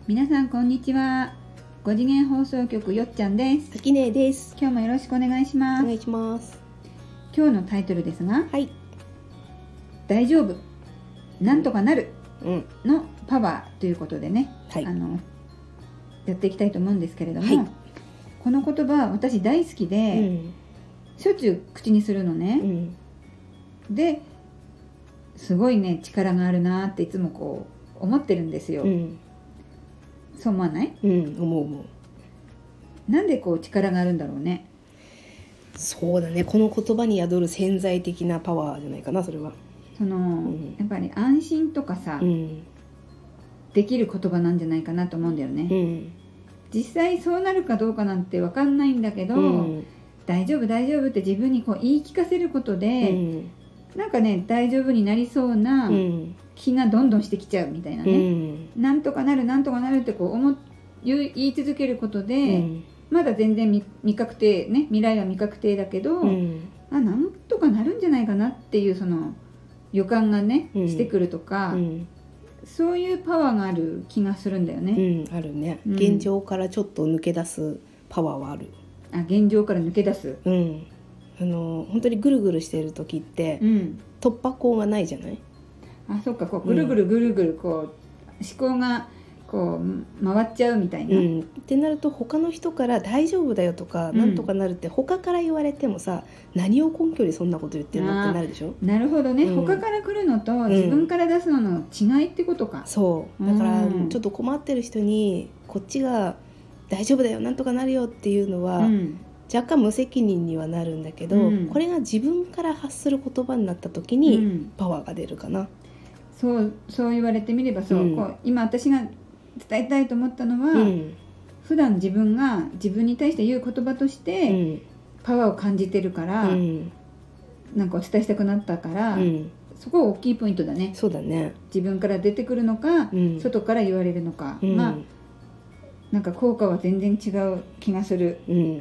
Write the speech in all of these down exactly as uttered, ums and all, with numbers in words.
皆さんこんにちは。ご次元放送局よっちゃんです。 さきねえです。 今日もよろしくお願いします。 お願いします。 今日のタイトルですが、 はい、 大丈夫、なんとかなるうんのパワーということでね、 はい、 あのやっていきたいと思うんですけれども、 はい、 この言葉私大好きで、 うん、 しょっちゅう口にするのね、 うん、 ですごいね力があるなっていつもこう思ってるんですよ、 うん、 そう思わない？ うん、思う思う。 なんでこう力があるんだろうね。 そうだね、この言葉に宿る潜在的なパワーじゃないかな、それは。 その、 うん、 やっぱり安心とかさ、 うん、 できる言葉なんじゃないかなと思うんだよね、 うん、 実際そうなるかどうかなんて分かんないんだけど、 うん、 大丈夫大丈夫って自分にこう言い聞かせることで、 うん、 なんかね大丈夫になりそうな気がどんどんしてきちゃうみたいなね、 うん、 なんとかなるなんとかなるってこう思言い言い続けることで、 うん、 まだ全然未未確定ね、未来は未確定だけど、 うん、 あなんとかなるんじゃないかなっていうその予感がね、 うん、 してくるとか、 うん、 そういうパワーがある気がするんだよね、 うん、あるね、 うん、 現状からちょっと抜け出すパワーはある。 あ、現状から抜け出す、 うん、あの本当にぐるぐるしてる時って、 うん、 突破口がないじゃない。 あ、そっか、こうぐるぐるぐるぐるこう、うん、思考がこう回っちゃうみたいな、 うん、ってなると他の人から大丈夫だよとか、うん、なんとかなるって他から言われてもさ、何を根拠にそんなこと言ってるのってなるでしょ。なるほどね、うん、他から来るのと自分から出すのの違いってことか、うん、 そうだからちょっと困ってる人にこっちが大丈夫だよなんとかなるよっていうのは、うん、若干無責任にはなるんだけど、うん、これが自分から発する言葉になった時にパワーが出るかな、 そう、そう言われてみればそう、うん、こう今私が伝えたいと思ったのは、うん、普段自分が自分に対して言う言葉としてパワーを感じてるから、うん、なんかお伝えしたくなったから、うん、そこが大きいポイントだね。 そうだね。 自分から出てくるのか、うん、外から言われるのか、うん、まあなんか効果は全然違う気がする、うんうん、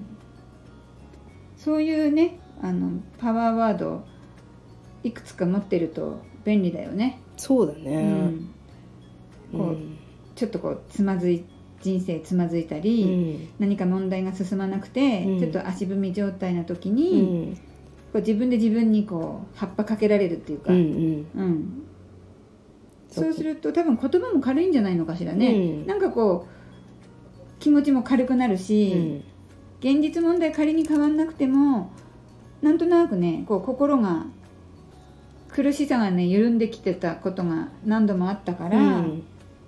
そういうねあのパワーワードいくつか持ってると便利だよね。 そうだね、 うん、こう、うんちょっとこうつまずい人生つまずいたり、うん、何か問題が進まなくて、うん、ちょっと足踏み状態な時に、うん、こう自分で自分にこう葉っぱかけられるっていうか、うんうんうん、そうすると多分言葉も軽いんじゃないのかしらね、うん、なんかこう気持ちも軽くなるし、うん、現実問題仮に変わんなくてもなんとなくねこう心が苦しさがね緩んできてたことが何度もあったから、うん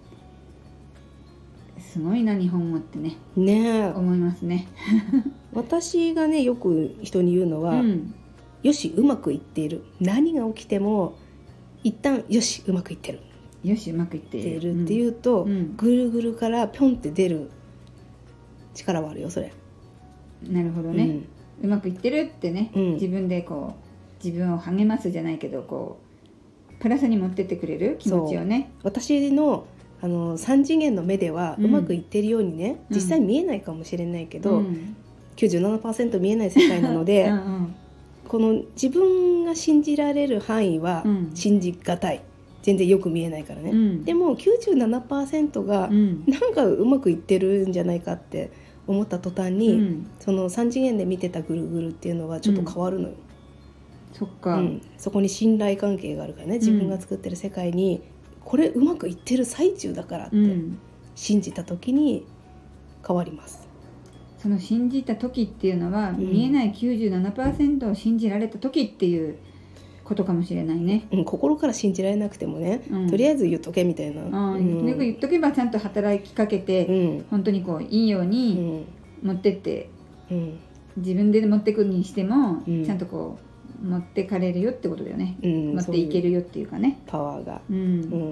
すごいな日本語ってね、ね思いますね私がねよく人に言うのは、うん、よしうまくいっている、何が起きても一旦よしうまくいってるよしうまくいっているっていうと、うん、ぐるぐるからピョンって出る力はあるよそれ。 なるほどね、うん、うまくいってるってね、うん、自分でこう自分を励ますじゃないけどこうプラスに持ってってくれる気持ちをね。 私のあのさん次元の目ではうまくいってるようにね、うん、実際見えないかもしれないけど、うん、きゅうじゅうななパーセント 見えない世界なのでうん、うん、この自分が信じられる範囲は信じがたい、全然よく見えないからね、うん、でも きゅうじゅうななパーセント がなんかうまくいってるんじゃないかって思った途端に、うん、そのさん次元で見てたぐるぐるっていうのがちょっと変わるのよ、うん、 そっか、うん、 そこに信頼関係があるからね、自分が作ってる世界にこれうまくいってる最中だからって信じた時に変わります、 うん、その信じた時っていうのは、うん、見えない きゅうじゅうななパーセント を信じられた時っていうことかもしれないね、 うん、心から信じられなくてもね、うん、とりあえず言っとけみたいな、 うん、言っとけばちゃんと働きかけて、うん、本当にこういいように持ってって、うん、自分で持ってくにしても、うん、ちゃんとこう持ってかれるよってことだよね、うん、持っていけるよっていうかね、 パワーが、うんうん、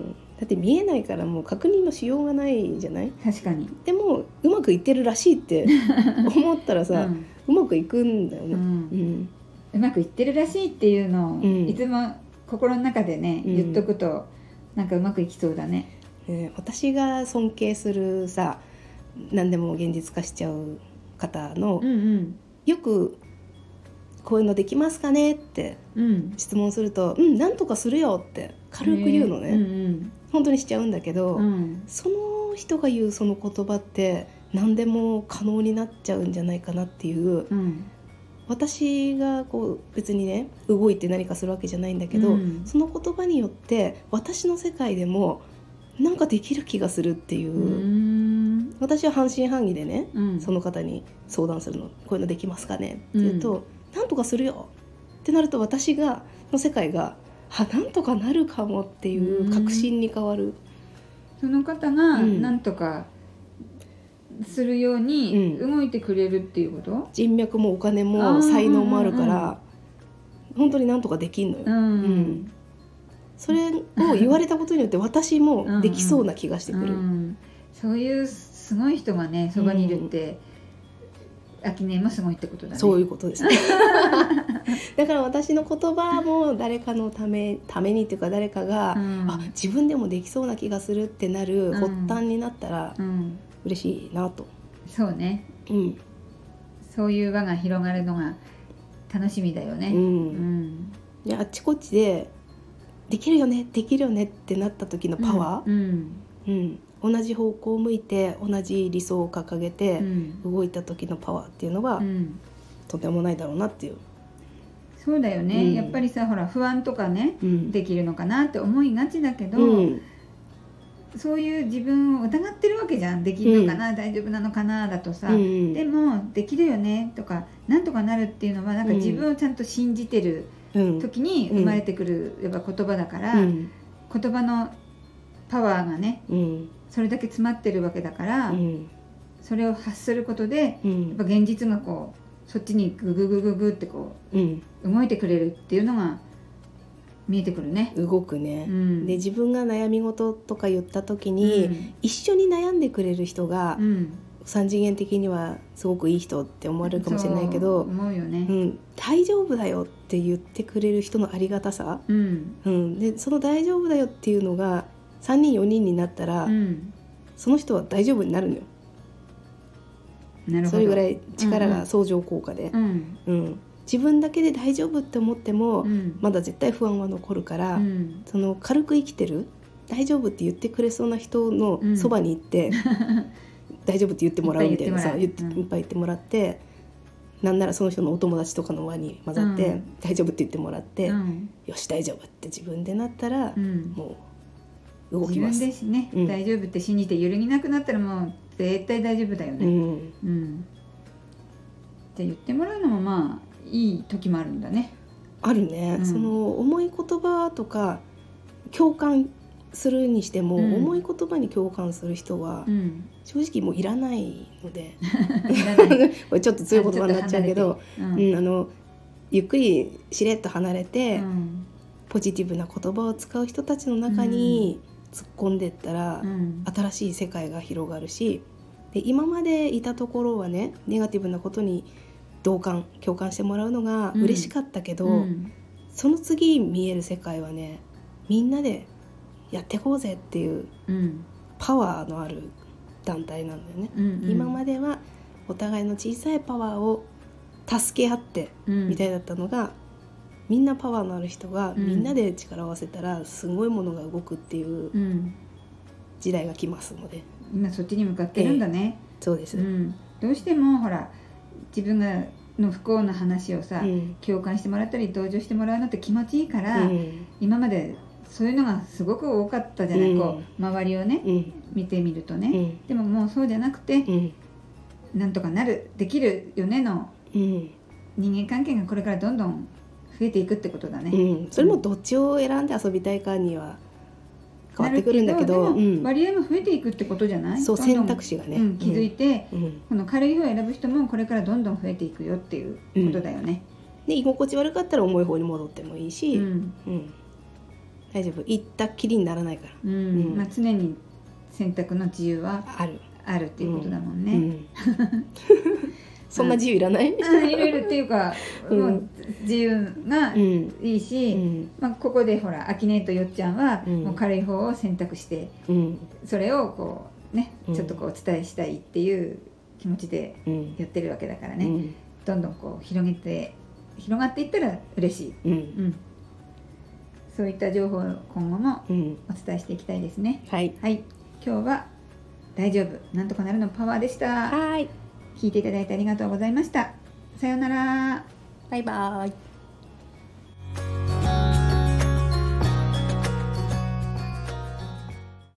だって見えないからもう確認のしようがないじゃない。 確かに。 でもうまくいってるらしいって思ったらさ、うん、うまくいくんだよね、うんうん、 うまくいってるらしいっていうのを、うん、いつも心の中でね言っとくと、なんかうまくいきそうだね、 ね。私が尊敬するさ、何でも現実化しちゃう方の、うんうん、よくこういうのできますかねって質問すると、うん、うん、なんとかするよって軽く言うのね、うんうん、本当にしちゃうんだけど、うん、その人が言うその言葉って何でも可能になっちゃうんじゃないかなっていう、うん、私がこう別にね動いて何かするわけじゃないんだけど、うん、その言葉によって私の世界でもなんかできる気がするっていう、うん、私は半信半疑でね、うん、その方に相談するの、こういうのできますかねって言うと、うん、なんとかするよってなると、私がの世界があなんとかなるかもっていう確信に変わる。 その方がなんとかするように動いてくれるっていうこと、うん、 人脈もお金も才能もあるから、うん、本当になんとかできんのよ、うんうん、それを言われたことによって私もできそうな気がしてくる、うんうん、 そういうすごい人がねそばにいるって、うん、秋音もすごいってことだね。 そういうことですねだから私の言葉も誰かのため、ためにっていうか誰かが、うん、あ自分でもできそうな気がするってなる発端になったら、うんうん嬉しいなと。 そうね、うん、そういう輪が広がるのが楽しみだよね、うんうん、 であっちこっちでできるよねできるよねってなった時のパワー、うんうんうん、同じ方向を向いて同じ理想を掲げて動いた時のパワーっていうのは、うん、とてもないだろうなっていう。 そうだよね、うん、やっぱりさほら不安とかね、うん、できるのかなって思いがちだけど、うんそういう自分を疑ってるわけじゃん。できるのかな、うん、大丈夫なのかなだとさ、うん、でもできるよねとかなんとかなるっていうのはなんか自分をちゃんと信じてる時に生まれてくるやっぱ言葉だから、うん、言葉のパワーがね、うん、それだけ詰まってるわけだから、うん、それを発することで、うん、やっぱ現実がこうそっちにグググググってこう、うん、動いてくれるっていうのが見えてくるね。 動くね、うん、で自分が悩み事とか言った時に、うん、一緒に悩んでくれる人が、うん、三次元的にはすごくいい人って思われるかもしれないけど、 思うよね、 うん、大丈夫だよって言ってくれる人のありがたさ、うんうん、でその大丈夫だよっていうのがさんにんよにんになったら、うん、その人は大丈夫になるのよ。なるほど。それぐらい力が相乗効果で、うんうんうん自分だけで大丈夫って思っても、うん、まだ絶対不安は残るから、うん、その軽く生きてる大丈夫って言ってくれそうな人のそばに行って、うん、大丈夫って言ってもらうみたいなさいっぱい言ってもらって、うん、なんならその人のお友達とかの輪に混ざって、うん、大丈夫って言ってもらって、うん、よし大丈夫って自分でなったら、うん、もう動きます。 自分でね、うん、大丈夫って信じて揺るぎなくなったらもう絶対大丈夫だよね、うんうん、って言ってもらうのもまあいい時もあるんだね。 あるね、うん、その重い言葉とか共感するにしても、うん、重い言葉に共感する人は、うん、正直もういらないのでこれちょっと強い言葉になっちゃうけど、うんうん、あのゆっくりしれっと離れて、うん、ポジティブな言葉を使う人たちの中に突っ込んでいったら、うん、新しい世界が広がるし、で今までいたところはねネガティブなことに同感共感してもらうのが嬉しかったけど、うん、その次見える世界はねみんなでやっていこうぜっていうパワーのある団体なんだよね、うんうん、今まではお互いの小さいパワーを助け合ってみたいだったのが、うん、みんなパワーのある人がみんなで力を合わせたらすごいものが動くっていう時代が来ますので、 今そっちに向かってるんだね、 えー、そうです、うん、 どうしてもほら自分がの不幸な話をさ、うん、共感してもらったり同情してもらうのって気持ちいいから、うん、今までそういうのがすごく多かったじゃない、うん、こう周りをね、うん、見てみるとね、うん、でももうそうじゃなくて、うん、なんとかなるできるよねの、うん、人間関係がこれからどんどん増えていくってことだね、 うん、それもどっちを選んで遊びたいかには変わってくるんだけど、 でも割合も増えていくってことじゃない？ そう、選択肢がね、 うん、気づいて、うん、この軽い方を選ぶ人もこれからどんどん増えていくよっていうことだよね、 うん、で居心地悪かったら重い方に戻ってもいいし、うんうん、大丈夫、行ったっきりにならないから、 うんうんまあ、常に選択の自由はあるあるっていうことだもんね、うんうんそんな自由いらない？いろいろっていうか、うん、もう自由がいいし、うんまあ、ここでほらアキネとよっちゃんはもう軽い方を選択して、うん、それをこうねちょっとこうお伝えしたいっていう気持ちでやってるわけだからね、うん、どんどんこう広げて広がっていったら嬉しい、うんうん、そういった情報を今後もお伝えしていきたいですね、 はい、 はい、今日は大丈夫、なんとかなるのパワーでした。 はい、 聞いていただいてありがとうございました。さようなら。 バイバイ。